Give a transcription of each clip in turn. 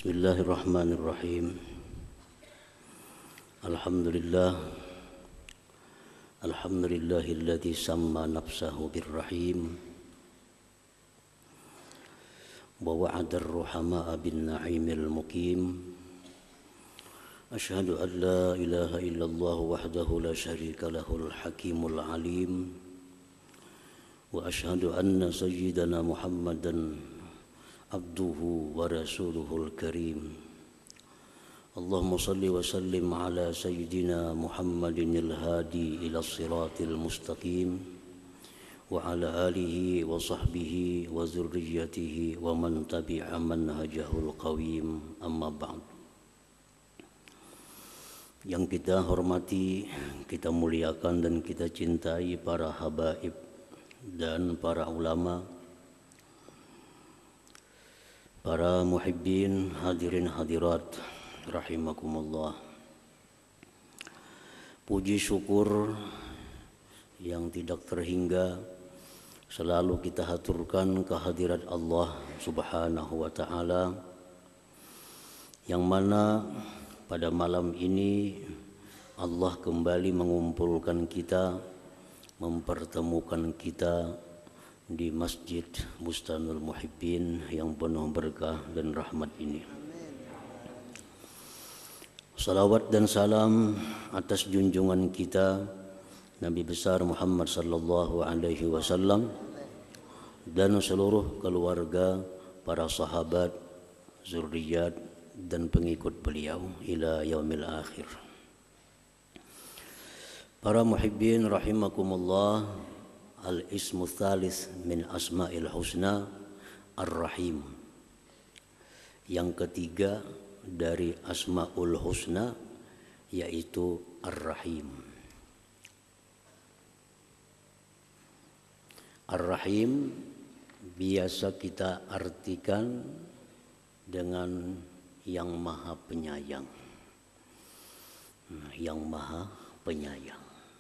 Bismillahirrahmanirrahim. Alhamdulillahilladzi samma nafsahu birrahim wa wa'ada ar-ruhama'a bin na'imil muqim. Asyhadu an la ilaha illallah wahdahu la syarika lahul hakimul alim. Wa asyhadu anna sayyidana Muhammadan abduhu wa rasuluhul karim. Allahumma salli wa sallim ala sayyidina Muhammadinil hadi ila siratil mustaqim wa ala alihi wa sahbihi wa zurriyyatihi wa man tabi'a manhajahul qawim, amma ba'd. Yang kita hormati, kita muliakan dan kita cintai para habaib dan para ulama, para muhibbin, hadirin hadirat rahimakumullah. Puji syukur yang tidak terhingga selalu kita haturkan kehadirat Allah Subhanahu wa ta'ala, yang mana pada malam ini Allah kembali mengumpulkan kita, mempertemukan kita di Masjid Bustanul Muhibbin yang penuh berkah dan rahmat ini. Salawat dan salam atas junjungan kita Nabi besar Muhammad sallallahu alaihi wasallam dan seluruh keluarga, para sahabat, zurriyat dan pengikut beliau ila yaumil akhir. Para muhibbin rahimakumullah, al-ismu tsalis min asma'il husna ar-rahim. Yang ketiga dari asma'ul husna yaitu ar-rahim. Ar-rahim biasa kita artikan dengan yang maha penyayang. Yang maha penyayang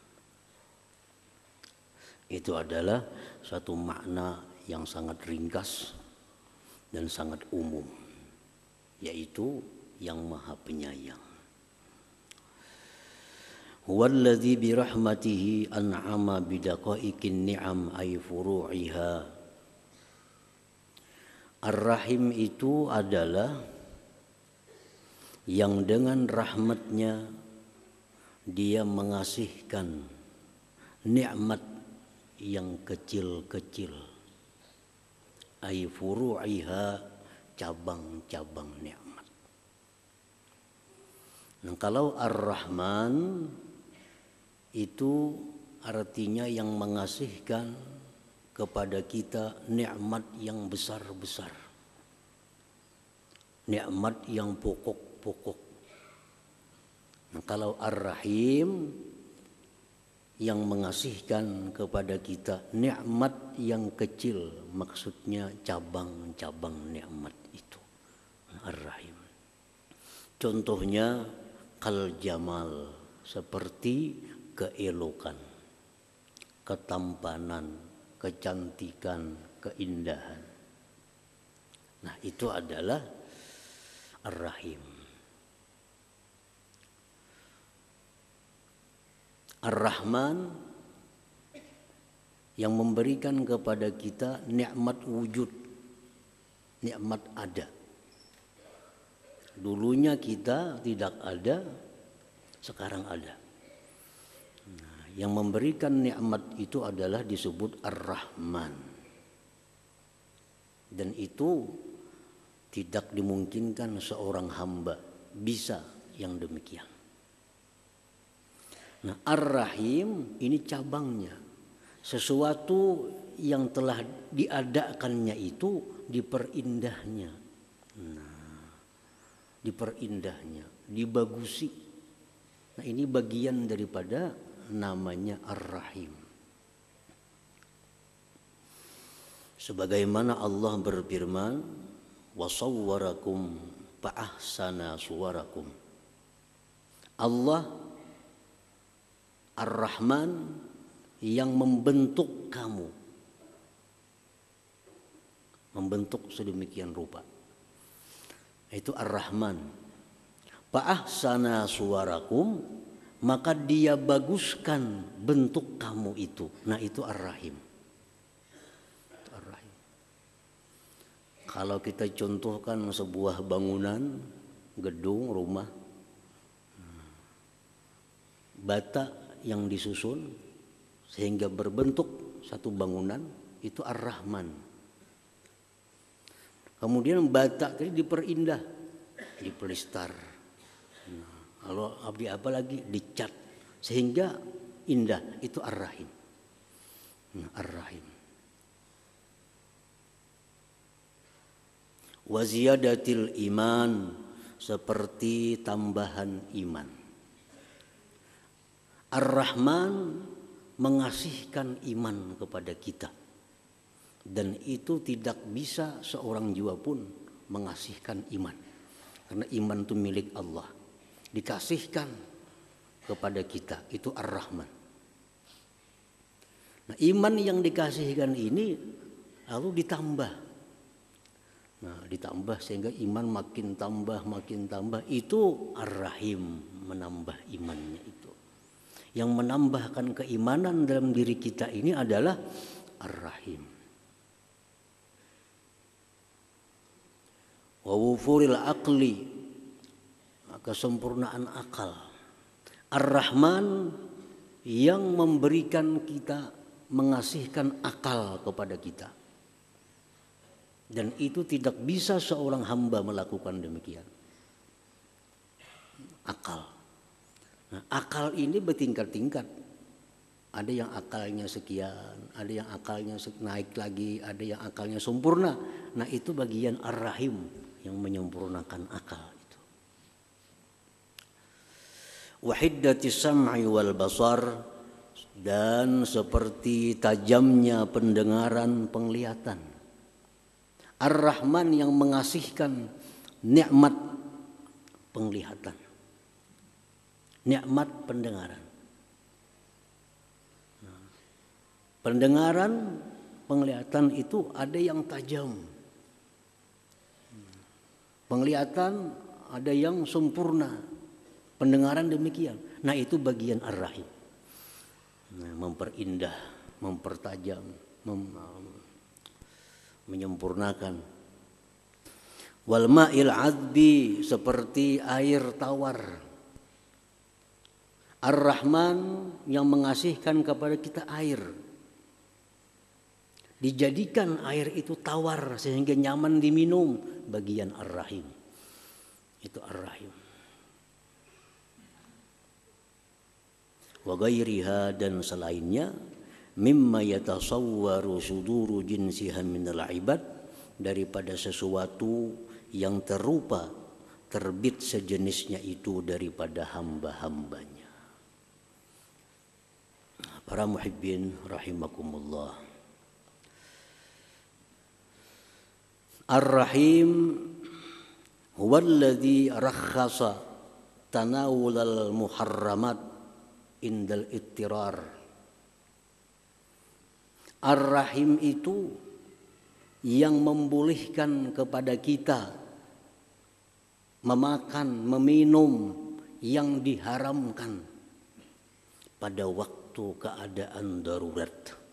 itu adalah satu makna yang sangat ringkas dan sangat umum, yaitu yang maha penyayang. Huwallazi birahmatihi an'ama bidaqaiqin ni'am ay furu'iha. Ar-Rahim itu adalah yang dengan rahmatnya dia mengasihkan nikmat yang kecil-kecil, ay furu'iha, cabang-cabang nikmat. Nah, kalau Ar-Rahman itu artinya yang mengasihkan kepada kita nikmat yang besar-besar, nikmat yang pokok-pokok. Nah, kalau Ar-Rahim yang mengasihkan kepada kita nikmat yang kecil, maksudnya cabang-cabang nikmat itu, Ar-Rahim. Contohnya kal jamal, seperti keelokan, ketampanan, kecantikan, keindahan. Nah, itu adalah Ar-Rahim. Ar-Rahman yang memberikan kepada kita nikmat wujud, nikmat ada. Dulunya kita tidak ada, sekarang ada. Nah, yang memberikan nikmat itu adalah disebut Ar-Rahman. Dan itu tidak dimungkinkan seorang hamba bisa yang demikian. Nah, Ar-Rahim ini cabangnya. Sesuatu yang telah diadakannya itu diperindahnya. Nah, diperindahnya, dibagusi. Nah, ini bagian daripada namanya Ar-Rahim. Sebagaimana Allah berfirman, wa sawwarakum fa ahsana suwarakum. Allah Ar-Rahman yang membentuk kamu, membentuk sedemikian rupa. Itu Ar-Rahman. Fa ahsana suwarakum, maka dia baguskan bentuk kamu itu. Nah itu Ar-Rahim. Ar-Rahim. Kalau kita contohkan sebuah bangunan, gedung, rumah, bata yang disusun sehingga berbentuk satu bangunan, itu Ar-Rahman. Kemudian bata tadi diperindah, dipelistar. Nah, kalau apa lagi dicat sehingga indah, itu Ar-Rahim. Nah, Ar-Rahim. Wa ziyadatil iman, seperti tambahan iman. Ar-Rahman mengasihkan iman kepada kita. Dan itu tidak bisa seorang jiwa pun mengasihkan iman. Karena iman itu milik Allah. Dikasihkan kepada kita, itu Ar-Rahman. Nah, iman yang dikasihkan ini lalu ditambah. Nah, ditambah sehingga iman makin tambah. Itu Ar-Rahim, menambah imannya itu. Yang menambahkan keimanan dalam diri kita ini adalah Ar-Rahim. Wa wufuril aqli, kesempurnaan akal. Ar-Rahman yang memberikan kita, mengasihkan akal kepada kita. Dan itu tidak bisa seorang hamba melakukan demikian. Akal. Nah, akal ini bertingkat-tingkat. Ada yang akalnya sekian, ada yang akalnya naik lagi, ada yang akalnya sempurna. Nah itu bagian Ar-Rahim yang menyempurnakan akal itu. Wahiddatis sam'i wal basar, dan seperti tajamnya pendengaran, penglihatan. Ar-Rahman yang mengasihkan nikmat penglihatan, nikmat pendengaran. Pendengaran, penglihatan itu ada yang tajam. Penglihatan ada yang sempurna. Pendengaran demikian. Nah itu bagian Ar-Rahim. Nah, memperindah, mempertajam, menyempurnakan. Wal ma'il adbi, seperti air tawar. Ar-Rahman yang mengasihkan kepada kita air. Dijadikan air itu tawar sehingga nyaman diminum, bagian Ar-Rahim. Itu Ar-Rahim. Wa ghairiha, dan selainnya, mimma yatasawwaru suduru jinsiha minal ibad, daripada sesuatu yang terupa, terbit sejenisnya itu daripada hamba-hambanya. Para muhibbin rahimakumullah. Ar-Rahim huwallazi rakhasa tanawulal muharramat indal ittirar. Ar-Rahim itu yang membolehkan kepada kita memakan, meminum yang diharamkan pada waktu keadaan darurat.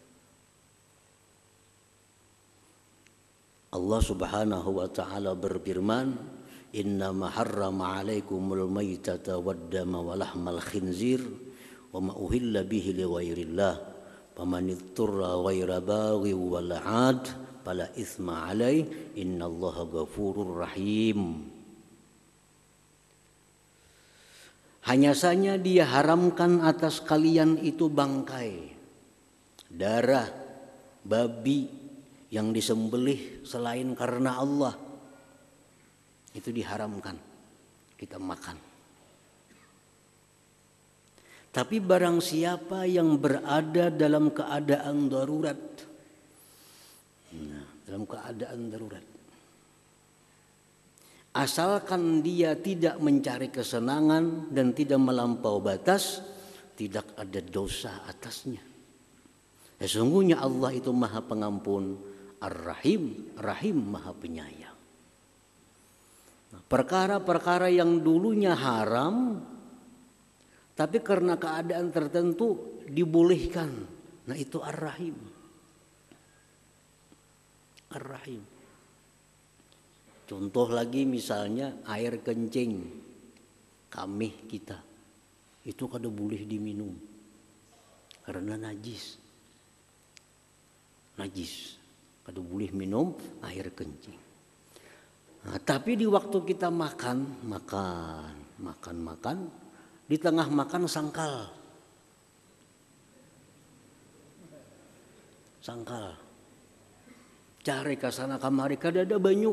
Allah Subhanahu wa taala berfirman, "Innama harrama 'alaikumul maitata wad-dama wa lahmal khinzir wa ma uhilla bihi li ghairillah, faman ittarra ghaira baghi wal 'ad fala itsma 'alaihi, innallaha ghafurur rahim." Hanya saja dia haramkan atas kalian itu bangkai, darah babi yang disembelih selain karena Allah, itu diharamkan kita makan. Tapi barang siapa yang berada dalam keadaan darurat, dalam keadaan darurat, asalkan dia tidak mencari kesenangan dan tidak melampau batas, tidak ada dosa atasnya. Sesungguhnya Allah itu Maha Pengampun, Ar-Rahim, Rahim, Maha Penyayang. Perkara-perkara yang dulunya haram, tapi karena keadaan tertentu dibolehkan. Nah itu Ar-Rahim. Ar-Rahim. Contoh lagi misalnya air kencing kamih kita. Itu kada boleh diminum. Karena najis. Najis. Kada boleh minum air kencing. Nah, tapi di waktu kita makan. Di tengah makan sangkal. Cari ke sana kamari kada ada banyu.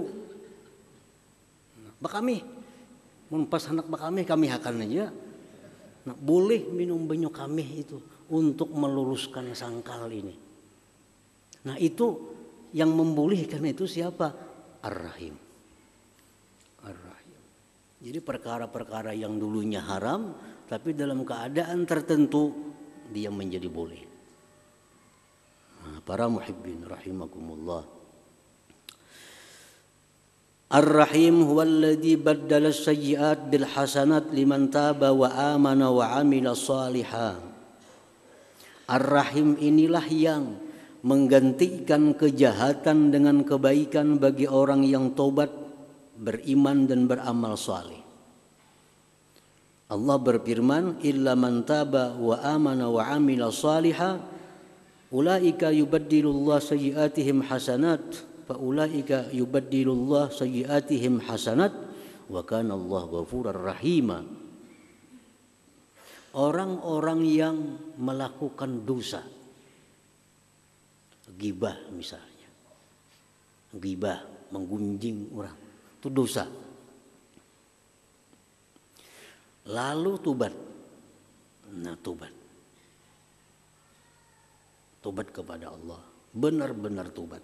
Bakami. Mun pas anak bakami kami akan aja. Nah, boleh minum banyu kami itu untuk meluruskan sangkal ini. Nah, itu yang membolehkan itu siapa? Ar-Rahim. Ar-Rahim. Jadi perkara-perkara yang dulunya haram, tapi dalam keadaan tertentu dia menjadi boleh. Nah, para muhibbin rahimakumullah. Ar-Rahim huwallazi baddala as-sayyi'at bil hasanat liman taba wa amana wa amila shalihan. Ar-Rahim inilah yang menggantikan kejahatan dengan kebaikan bagi orang yang tobat, beriman dan beramal saleh. Allah berfirman, illa man taba wa amana wa amila shalihan ulaika yubaddilullahu sayyi'atihim hasanat. Faulaika yubaddilullah sayyiatihim hasanat wa kana Allah ghafurur rahima. Orang-orang yang melakukan dosa, ghibah misalnya, ghibah menggunjing orang, itu dosa. Lalu tobat, tobat kepada Allah, benar-benar tobat.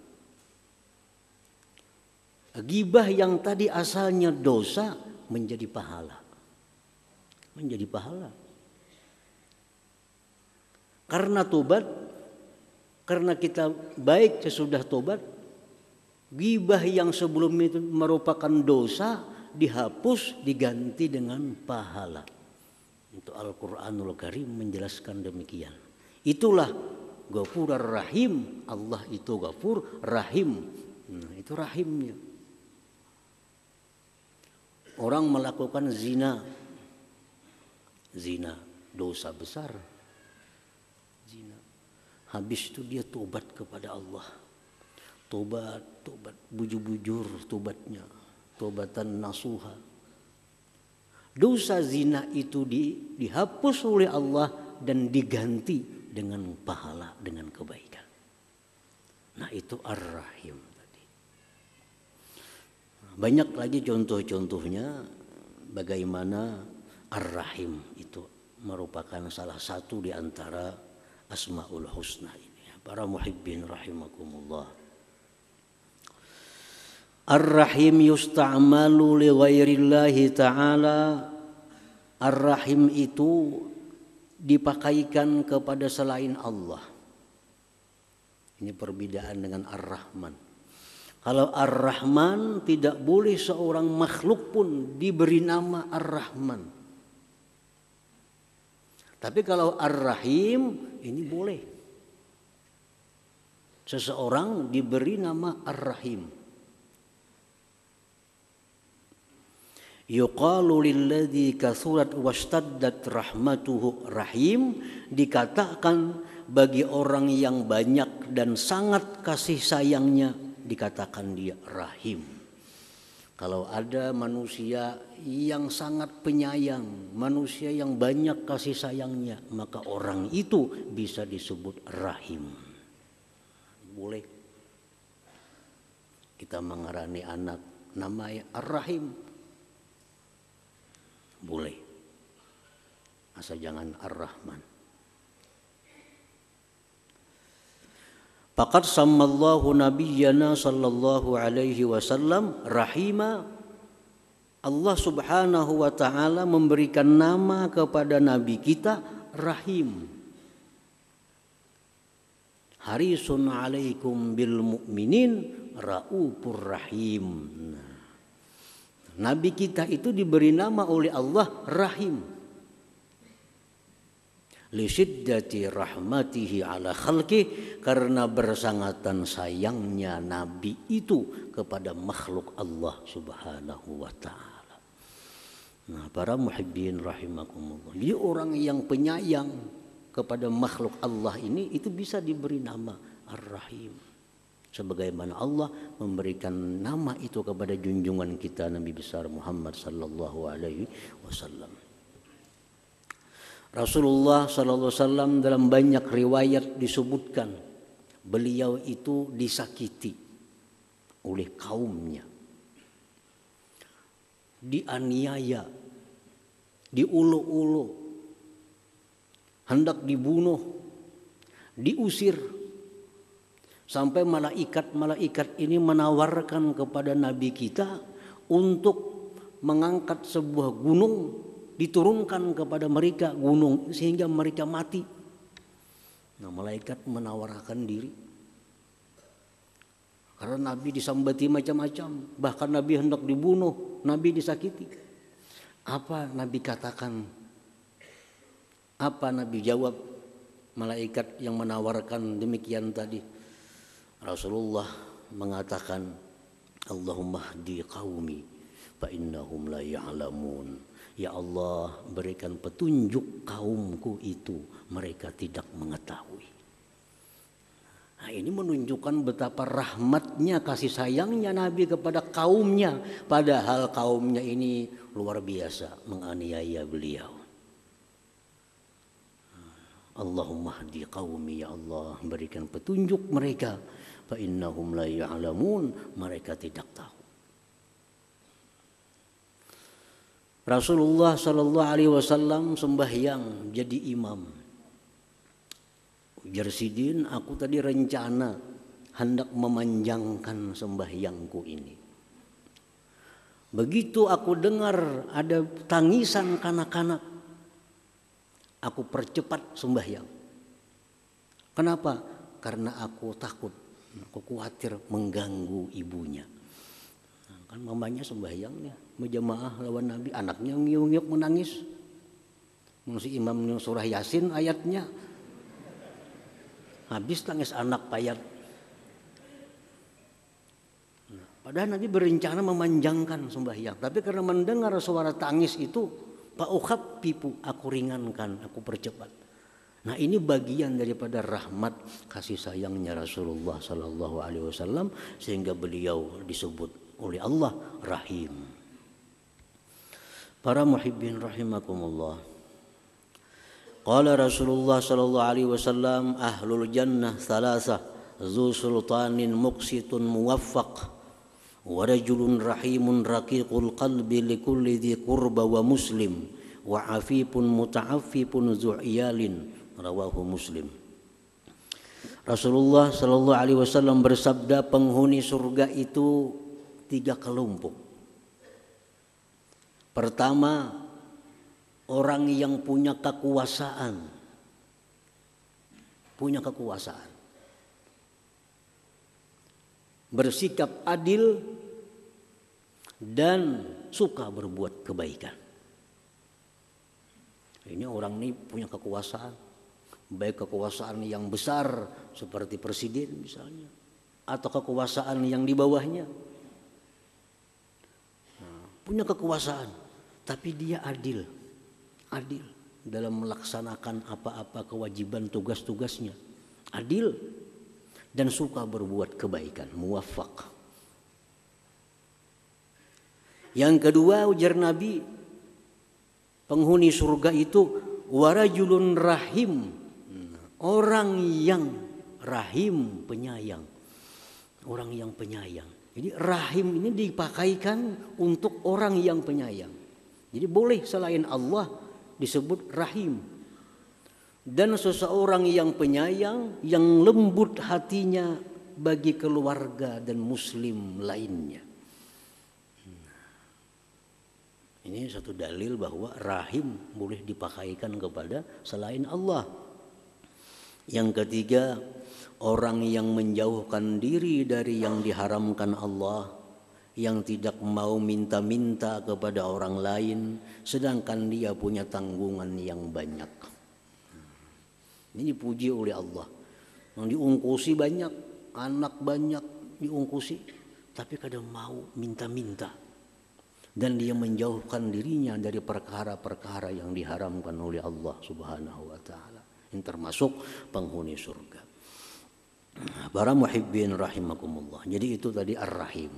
Ghibah yang tadi asalnya dosa menjadi pahala. Menjadi pahala. Karena tobat, karena kita baik sesudah tobat, ghibah yang sebelumnya itu merupakan dosa dihapus diganti dengan pahala. Itu Al-Qur'anul Karim menjelaskan demikian. Itulah Ghafurur Rahim. Allah itu Ghafur Rahim. Nah, itu rahimnya. Orang melakukan zina, dosa besar, zina. Habis itu dia tobat kepada Allah, tobat, bujur-bujur tobatnya, tobatan nasuha. Dosa zina itu dihapus oleh Allah dan diganti dengan pahala, dengan kebaikan. Nah itu Ar-Rahim. Banyak lagi contoh-contohnya bagaimana Ar-Rahim itu merupakan salah satu di antara Asmaul Husna ini. Para muhibbin rahimakumullah. Ar-Rahim yusta'malu li ghairillahi ta'ala. Ar-Rahim itu dipakaikan kepada selain Allah. Ini perbedaan dengan Ar-Rahman. Kalau Ar-Rahman tidak boleh seorang makhluk pun diberi nama Ar-Rahman. Tapi kalau Ar-Rahim ini boleh. Seseorang diberi nama Ar-Rahim. Yuqalu lilladzi kathurat washtaddat rahmatuhu rahim. Dikatakan bagi orang yang banyak dan sangat kasih sayangnya, dikatakan dia rahim. Kalau ada manusia yang sangat penyayang, manusia yang banyak kasih sayangnya, maka orang itu bisa disebut rahim. Boleh kita mengarani anak namanya Ar-Rahim. Boleh. Asal jangan Ar-Rahman. Faqad sammallahu nabiyyana sallallahu alaihi wasallam rahima. Allah subhanahu wa ta'ala memberikan nama kepada nabi kita Rahim. Harisun alaikum bil mu'minin raufur rahim. Nabi kita itu diberi nama oleh Allah Rahim. Li syiddati rahmatihi ala khalqih, karena bersangatan sayangnya Nabi itu kepada makhluk Allah Subhanahu wa taala. Nah, para muhibbin rahimakumullah. Jadi orang yang penyayang kepada makhluk Allah ini itu bisa diberi nama Ar-Rahim. Sebagaimana Allah memberikan nama itu kepada junjungan kita Nabi besar Muhammad sallallahu alaihi wasallam. Rasulullah sallallahu alaihi wasallam dalam banyak riwayat disebutkan beliau itu disakiti oleh kaumnya, dianiaya, diuluk-uluk, hendak dibunuh, diusir. Sampai malaikat-malaikat ini menawarkan kepada Nabi kita untuk mengangkat sebuah gunung, diturunkan kepada mereka gunung sehingga mereka mati. Nah, malaikat menawarkan diri. Karena Nabi disambati macam-macam, bahkan Nabi hendak dibunuh, Nabi disakiti. Apa Nabi katakan? Apa Nabi jawab malaikat yang menawarkan demikian tadi? Rasulullah mengatakan, Allahumma hdi qaumi fa innahum la ya'lamun. Ya Allah, berikan petunjuk kaumku itu, mereka tidak mengetahui. Nah, ini menunjukkan betapa rahmatnya, kasih sayangnya Nabi kepada kaumnya, padahal kaumnya ini luar biasa menganiaya beliau. Allahumma hdi qaumi, ya Allah, berikan petunjuk mereka, fa innahum la ya'lamun, mereka tidak tahu. Rasulullah sallallahu alaihi wasallam sembahyang jadi imam. Ujar Sidin, aku tadi rencana hendak memanjangkan sembahyangku ini. Begitu aku dengar ada tangisan kanak-kanak, aku percepat sembahyang. Kenapa? Karena aku takut, aku khawatir mengganggu ibunya. Nah, kan mamanya sembahyangnya berjamaah lawan Nabi, anaknya ngiung-ngiung menangis. Si imam surah Yasin ayatnya, habis tangis anak payat. Nah, padahal Nabi berencana memanjangkan sembahyang, tapi karena mendengar suara tangis itu, fa'ukhaffifu, aku ringankan, aku percepat. Nah, ini bagian daripada rahmat kasih sayangnya Rasulullah sallallahu alaihi wasallam sehingga beliau disebut oleh Allah Rahim. Para muhibbin rahimakumullah. Qala Rasulullah sallallahu alaihi wasallam, ahlul jannah thalatha, dzu sultanin muqsitun muwaffaq, wa rajulun rahimun raqiqul qalbi likulli dhi qurba wa muslim, wa afifun muta'affifun dzu iyalin, rawahu Muslim. Rasulullah sallallahu alaihi wasallam bersabda, penghuni surga itu 3 kelompok. Pertama, orang yang punya kekuasaan. Punya kekuasaan. Bersikap adil dan suka berbuat kebaikan. Ini orang ini punya kekuasaan. Baik kekuasaan yang besar seperti presiden misalnya, atau kekuasaan yang di bawahnya. Nah, punya kekuasaan, tapi dia adil dalam melaksanakan apa-apa kewajiban tugas-tugasnya, adil dan suka berbuat kebaikan, muwaffaq. Yang kedua, ujar Nabi, penghuni surga itu warajulun rahim, orang yang rahim, penyayang, orang yang penyayang. Jadi rahim ini dipakaikan untuk orang yang penyayang. Jadi boleh selain Allah disebut rahim. Dan seseorang yang penyayang, yang lembut hatinya bagi keluarga dan muslim lainnya. Ini satu dalil bahwa rahim boleh dipakaikan kepada selain Allah. Yang ketiga, orang yang menjauhkan diri dari yang diharamkan Allah, yang tidak mau minta-minta kepada orang lain, sedangkan dia punya tanggungan yang banyak. Ini dipuji oleh Allah. Yang diungkusi banyak, anak banyak diungkusi, tapi kadang mau minta-minta. Dan dia menjauhkan dirinya dari perkara-perkara yang diharamkan oleh Allah Subhanahu wa taala. Ini termasuk penghuni surga. Para muhibbin rahimakumullah. Jadi itu tadi Ar-Rahim.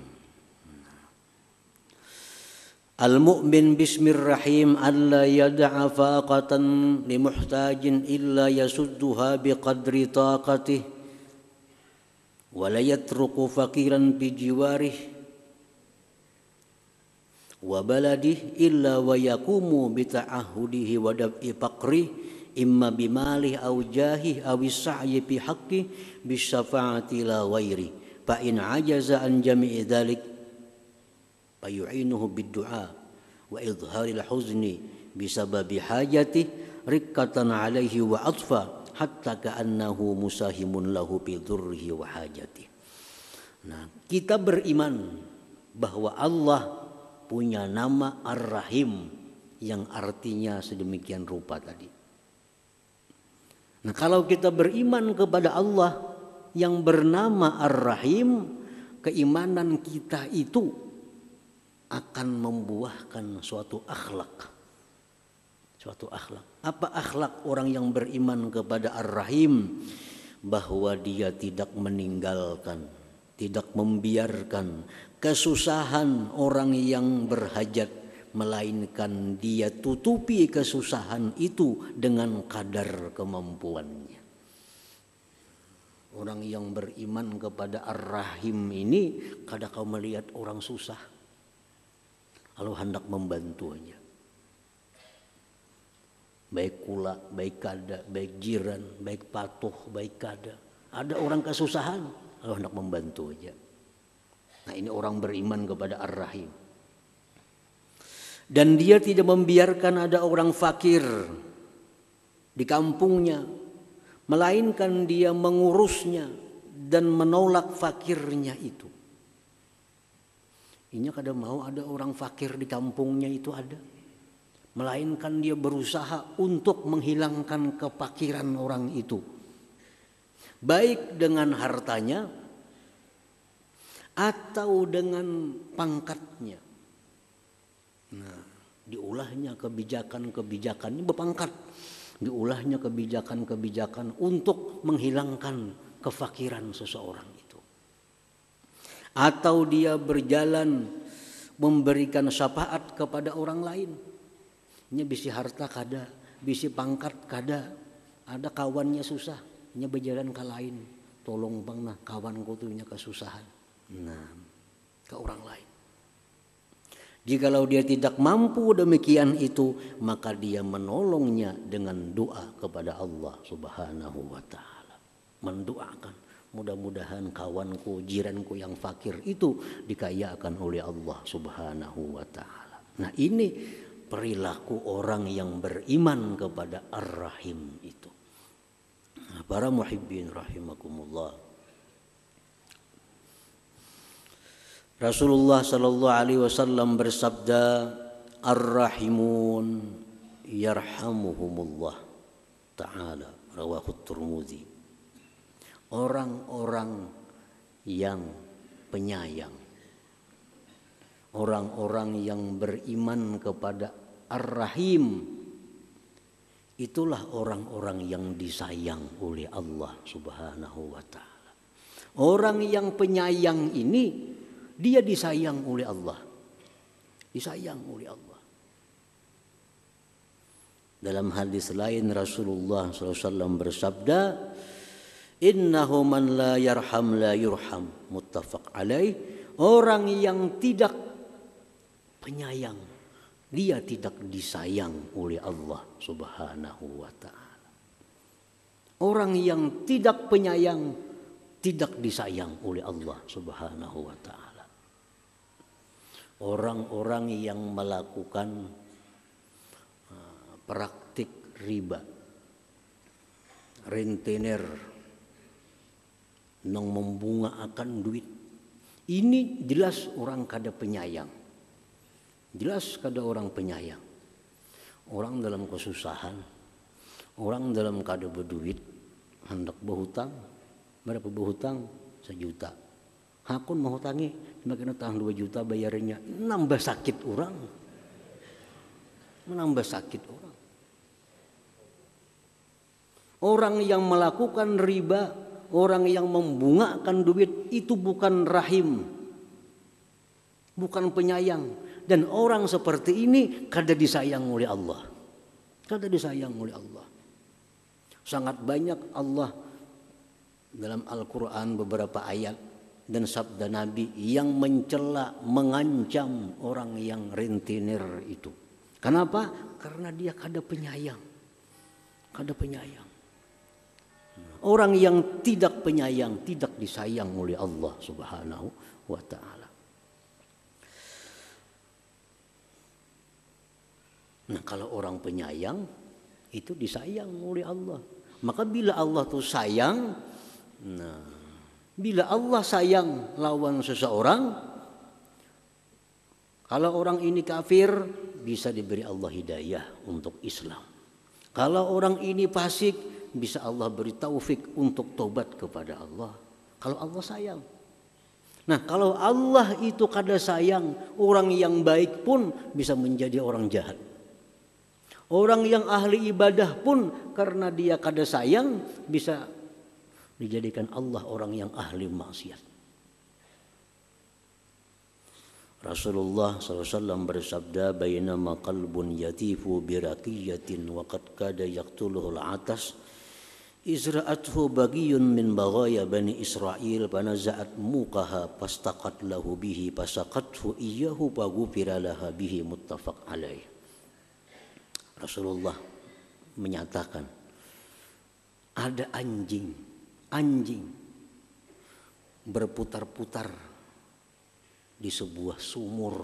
Al-mu'min bismillahirrahim alla yad'a faqatan limuhtajin illa yasudduha biqadri taqatih wa la yatruku faqiran bijiwarih wa baladih illa wa yaqumu bita'ahudihi wa dab'i faqrih imma bimalih aw jahih aw as-sa'yi fi haqqi bisyafa'ati la ghairi fa in ajaza an jami'i dzalik fayu'inuhu bid-du'a wa idharil huzni bisababi hajati rikkatan alaihi wa atfa hatta ka'annahu musahimun lahu bi dhurrihi wa hajati. Nah, kita beriman bahwa Allah punya nama Ar-Rahim yang artinya sedemikian rupa tadi. Nah, kalau kita beriman kepada Allah yang bernama Ar-Rahim, keimanan kita itu akan membuahkan suatu akhlak. Suatu akhlak. Apa akhlak orang yang beriman kepada Ar-Rahim? Bahwa dia tidak meninggalkan, tidak membiarkan kesusahan orang yang berhajat, melainkan dia tutupi kesusahan itu dengan kadar kemampuannya. Orang yang beriman kepada Ar-Rahim ini, kadang kau melihat orang susah, kalau hendak membantu aja, baik kula, baik kada, baik jiran, baik patuh, baik kada, ada orang kesusahan, kalau hendak membantu aja. Nah, ini orang beriman kepada Ar-Rahim. Dan dia tidak membiarkan ada orang fakir di kampungnya, melainkan dia mengurusnya dan menolak fakirnya itu. Ini kadang mau ada orang fakir di kampungnya itu ada. Melainkan dia berusaha untuk menghilangkan kefakiran orang itu. Baik dengan hartanya atau dengan pangkatnya. Nah, diulahnya kebijakan-kebijakan, ini berpangkat. Diulahnya kebijakan-kebijakan untuk menghilangkan kefakiran seseorang itu. Atau dia berjalan memberikan syafaat kepada orang lain. Nya bisi harta kada, bisi pangkat kada, ada kawannya susah, nya berjalan ke lain, tolong bang nah kawanku tuh nya kesusahan. Nah, ke orang lain. Jikalau dia tidak mampu demikian itu, maka dia menolongnya dengan doa kepada Allah Subhanahu wa taala. Mendoakan, mudah-mudahan kawanku, jiranku yang fakir itu dikayakan oleh Allah Subhanahu wa taala. Nah, ini perilaku orang yang beriman kepada Ar-Rahim itu. Nah, para muhibbin rahimakumullah. Rasulullah sallallahu alaihi wasallam bersabda, Ar-Rahimun yarhamuhumullah ta'ala, rawahu Tirmidzi. Orang-orang yang penyayang, orang-orang yang beriman kepada Ar-Rahim, itulah orang-orang yang disayang oleh Allah Subhanahu wa ta'ala. Orang yang penyayang ini, dia disayang oleh Allah. Disayang oleh Allah. Dalam hadis lain Rasulullah SAW bersabda, Innahu man la yarham la yurham, muttafaq alaih. Orang yang tidak penyayang, dia tidak disayang oleh Allah Subhanahu wa ta'ala. Orang yang tidak penyayang, tidak disayang oleh Allah Subhanahu wa ta'ala. Orang-orang yang melakukan praktik riba, rentenir, nang membunga akan duit, Ini jelas orang kada penyayang. Jelas kada orang penyayang. Orang dalam kesusahan, orang dalam kada berduit, hendak berhutang. Berapa berhutang? 1 juta. Hakun mau hutangi, semakin utang 2 juta bayarnya. Nambah sakit orang. Menambah sakit orang. Orang yang melakukan riba, orang yang membungakan duit itu bukan rahim, bukan penyayang. Dan orang seperti ini kada disayang oleh Allah. Kada disayang oleh Allah. Sangat banyak Allah dalam Al-Quran beberapa ayat dan sabda Nabi yang mencela, mengancam orang yang rentenir itu. Kenapa? Karena dia kada penyayang. Kada penyayang. Orang yang tidak penyayang tidak disayang oleh Allah Subhanahu wa ta'ala. Nah, kalau orang penyayang itu disayang oleh Allah. Maka bila Allah tuh sayang, nah, bila Allah sayang lawan seseorang, kalau orang ini kafir bisa diberi Allah hidayah untuk Islam. Kalau orang ini fasik bisa Allah beri taufik untuk tobat kepada Allah. Kalau Allah sayang. Nah, kalau Allah itu kada sayang, orang yang baik pun bisa menjadi orang jahat. Orang yang ahli ibadah pun karena dia kada sayang bisa dijadikan Allah orang yang ahli maksiat. Rasulullah SAW bersabda, "Bainama qalbun yatifu biraqiyatin wa qad kada yaqtuluhu al-'atas, izra'athu bagiyun min baghaya bani Israil panaza'at muqaha fastaqat lahu bihi fasaqathu iyyahu faghufira laha bihi." Muttafaq alaih. Rasulullah menyatakan ada anjing berputar-putar di sebuah sumur,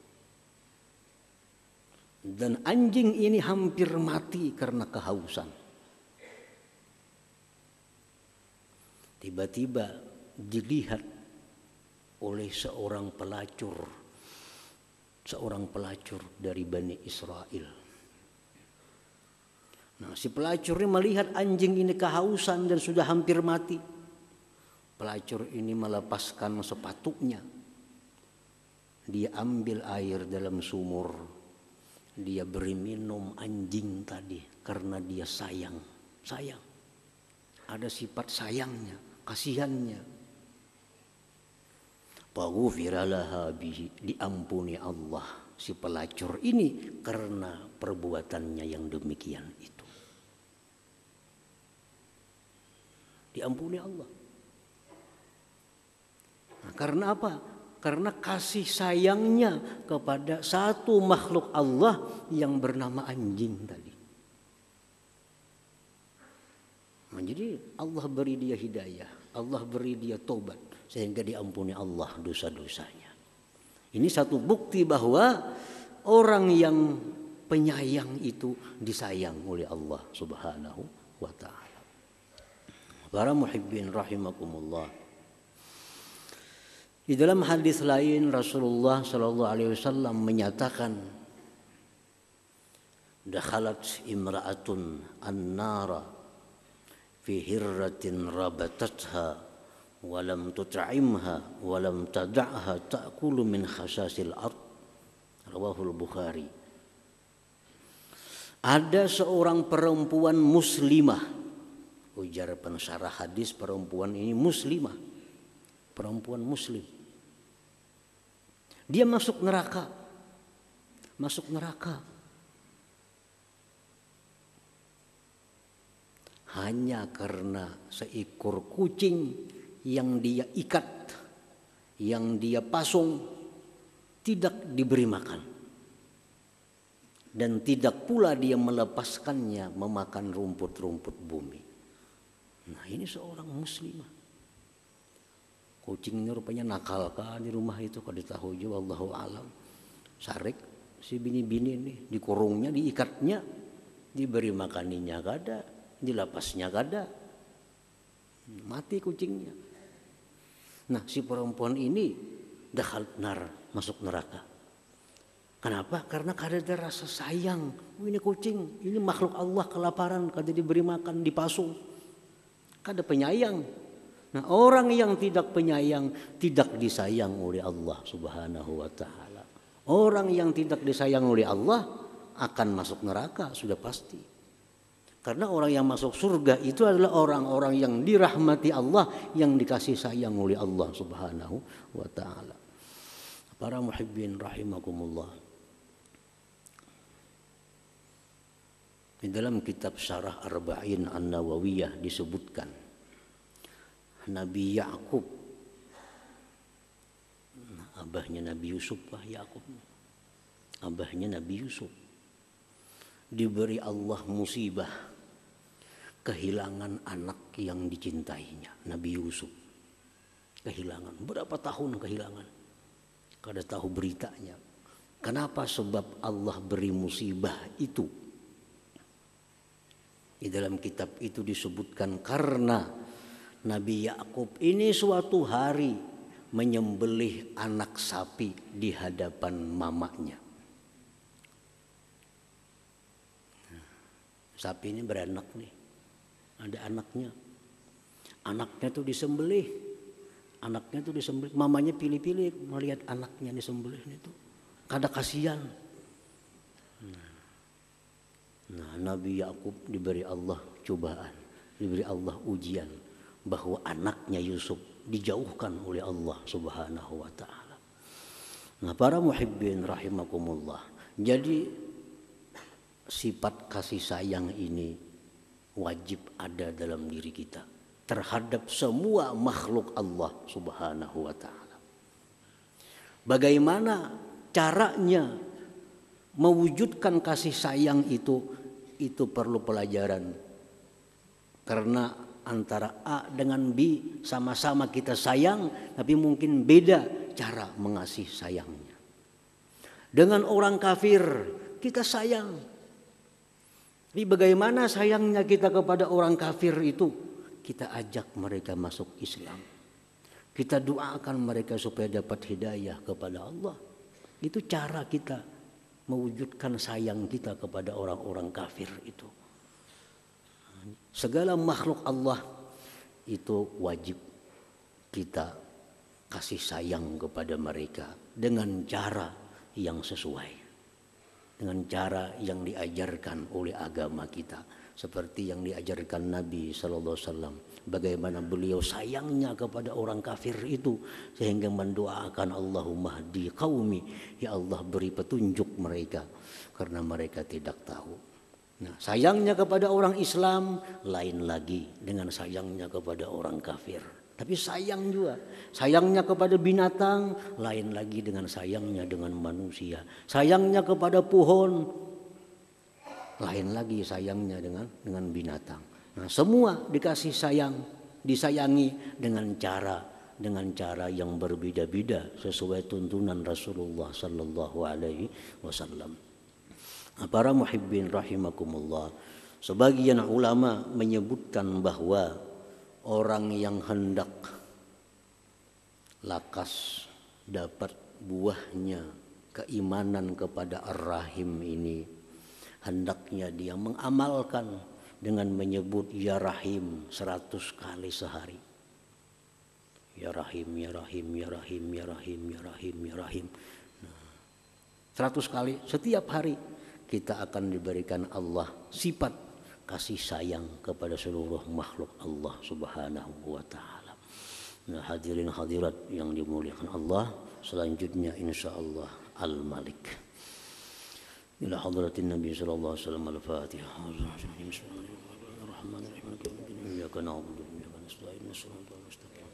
dan anjing ini hampir mati karena kehausan. Tiba-tiba dilihat oleh seorang pelacur dari Bani Israel. Nah, si pelacur ini melihat anjing ini kehausan dan sudah hampir mati. Pelacur ini melepaskan sepatunya. Dia ambil air dalam sumur. Dia beri minum anjing tadi karena dia sayang. Ada sifat sayangnya, kasihannya. Faghufira laha bihi, diampuni Allah si pelacur ini karena perbuatannya yang demikian itu. Diampuni Allah. Nah, karena apa? Karena kasih sayangnya kepada satu makhluk Allah yang bernama anjing tadi. Nah, jadi Allah beri dia hidayah, Allah beri dia tobat sehingga diampuni Allah dosa-dosanya. Ini satu bukti bahwa orang yang penyayang itu disayang oleh Allah Subhanahu wa ta'ala. Para muhibbin rahimakumullah. Di dalam hadis lain Rasulullah sallallahu alaihi wasallam menyatakan, dakhalat imra'atun an-nara fi hirratin rabatatha wa lam tut'imha wa lam tad'ha ta'kulu min khasasil ard. Rawahul Bukhari. Ada seorang perempuan muslimah, ujar pensyarah hadis, perempuan ini muslimah, perempuan muslim. Dia masuk neraka. Hanya karena seekor kucing yang dia ikat, yang dia pasung, tidak diberi makan. Dan tidak pula dia melepaskannya memakan rumput-rumput bumi. Nah, ini seorang muslimah. Kucing ini rupanya nakal kan di rumah itu, kalau ditahu juga Allahu alam. Sarik si bini-bini ini, dikurungnya, diikatnya, diberi makaninya kada, dilapasnya kada, mati kucingnya. Nah, si perempuan ini dakhal nar, masuk neraka. Kenapa? Karena kada ada rasa sayang. Ini kucing, ini makhluk Allah kelaparan, kada diberi makan, dipasung. Kada penyayang. Nah, orang yang tidak penyayang tidak disayang oleh Allah Subhanahu wa taala. Orang yang tidak disayang oleh Allah akan masuk neraka sudah pasti. Karena orang yang masuk surga itu adalah orang-orang yang dirahmati Allah, yang dikasih sayang oleh Allah Subhanahu wa taala. Para muhibbin rahimakumullah. Di dalam kitab Syarah Arba'in An-Nawawiyah disebutkan Nabi Yakub, abahnya Nabi Yusuf, Yakub, abahnya Nabi Yusuf, diberi Allah musibah kehilangan anak yang dicintainya. Nabi Yusuf kehilangan, berapa tahun kehilangan, kada tahu beritanya. Kenapa? Sebab Allah beri musibah itu. Di dalam kitab itu disebutkan karena Nabi Yakub ini suatu hari menyembelih anak sapi di hadapan mamanya. Sapi ini beranak nih, ada anaknya. Anaknya tuh disembelih, mamanya pilih-pilih melihat anaknya disembelih itu, kada kasihan. Nah, Nabi Yakub diberi Allah cobaan, diberi Allah ujian bahwa anaknya Yusuf dijauhkan oleh Allah Subhanahu wa taala. Nah, para muhibbin rahimakumullah. Jadi sifat kasih sayang ini wajib ada dalam diri kita terhadap semua makhluk Allah Subhanahu wa taala. Bagaimana caranya mewujudkan kasih sayang itu perlu pelajaran. Karena antara A dengan B sama-sama kita sayang, tapi mungkin beda cara mengasihi sayangnya. Dengan orang kafir kita sayang, tapi bagaimana sayangnya kita kepada orang kafir itu? Kita ajak mereka masuk Islam, kita doakan mereka supaya dapat hidayah kepada Allah. Itu cara kita mewujudkan sayang kita kepada orang-orang kafir itu. Segala makhluk Allah itu wajib kita kasih sayang kepada mereka dengan cara yang sesuai, dengan cara yang diajarkan oleh agama kita, seperti yang diajarkan Nabi sallallahu alaihi wasallam, bagaimana beliau sayangnya kepada orang kafir itu sehingga mendoakan Allahumma hdi qaumi, ya Allah beri petunjuk mereka karena mereka tidak tahu. Nah, sayangnya kepada orang Islam lain lagi dengan sayangnya kepada orang kafir. Tapi sayang juga, sayangnya kepada binatang lain lagi dengan sayangnya dengan manusia. Sayangnya kepada pohon lain lagi sayangnya dengan binatang. Nah, semua dikasih sayang, disayangi dengan cara yang berbeda-beda sesuai tuntunan Rasulullah sallallahu alaihi wasallam. Para muhibbin rahimakumullah, sebagian ulama menyebutkan bahwa orang yang hendak lakas dapat buahnya keimanan kepada Ar-Rahim ini, hendaknya dia mengamalkan dengan menyebut Ya Rahim 100 kali sehari. Ya Rahim, Ya Rahim, Ya Rahim, Ya Rahim, Ya Rahim, Ya Rahim. 100 kali setiap hari kita akan diberikan Allah sifat kasih sayang kepada seluruh makhluk Allah Subhanahu wa taala. Nah, hadirin hadirat yang dimuliakan Allah, selanjutnya insyaallah Al-Malik. Ila hadratin Nabi sallallahu alaihi wasallam al-Fatihah. Bismillahirrahmanirrahim. Iyyaka na'budu wa iyyaka nasta'in. Shiratal mustaqim.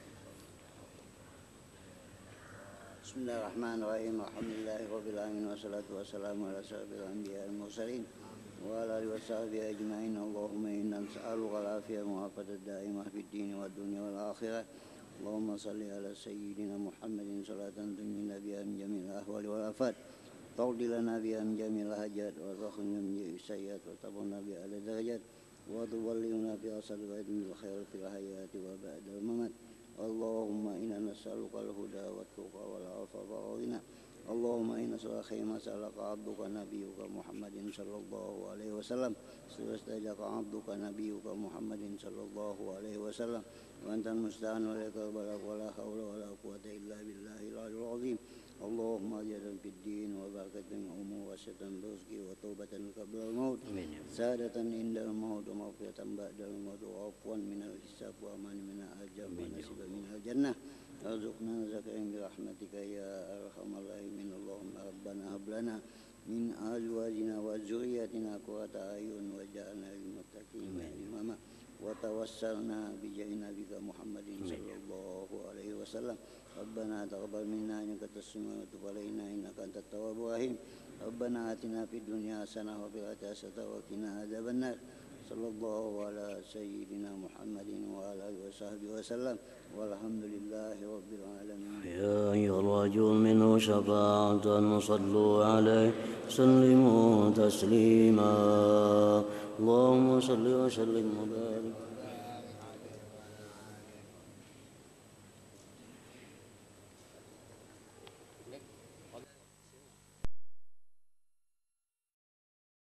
Bismillahirrahmanirrahim. Alhamdulillahirabbil alamin wassalatu wassalamu ala asyrofil anbiya'i wal mursalin wa ala alihi washabihi ajma'in. Allahumma inna nas'aluka al-afiyah wa al-afiyah ad-da'imah fid din wad dunya wal akhirah. Allahumma shalli ala sayyidina Muhammadin salatan tunjina biha min jamil ahwali wal afat. تقضي لنا بها من جميع الحاجات وتخرجنا من جميع السيئات وتبلغنا بها الدرجات وتبلغنا بها صدقات من الخير في الحياة وبعد الممات. اللهم إنا نسألك الهدى والتقى والعفاف والغنى اللهم إنا نسألك خير ما سألك عبدك نبيك محمد صلى الله عليه وسلم واستجاك عبدك نبيك محمد صلى الله عليه وسلم وأنت المستعان وإليك البلاغ ولا حول ولا قوة إلا بالله العلي العظيم اللهم أجرا في الدين وبركة الأمور وشة برزق وتوبة قبل الموت سادة عند الموت ومغفرة بعد الموت وعفوا من الحساب وأمان من العذاب ونصيبا من الجنة ارزقنا زكاة برحمتك يا أرحم الراحمين اللهم ربنا هب لنا من أزواجنا وذرياتنا قرة أعين واجعلنا للمتقين إماما وتوسلنا بجاه نبيك محمد صلى الله عليه وسلم ربنا تقبل منا إنك أنت السميع وتب علينا إنك أنت التواب الرحيم ربنا آتنا في الدنيا حسنة وفي الآخرة حسنة وقنا عذاب النار صلى الله على سيدنا محمد وعلى آله وصحبه وسلم والحمد لله رب العالمين. يا أيها الرجل منه شفاعة صلوا عليه سلموا تسليما اللهم صل وسلم وبارك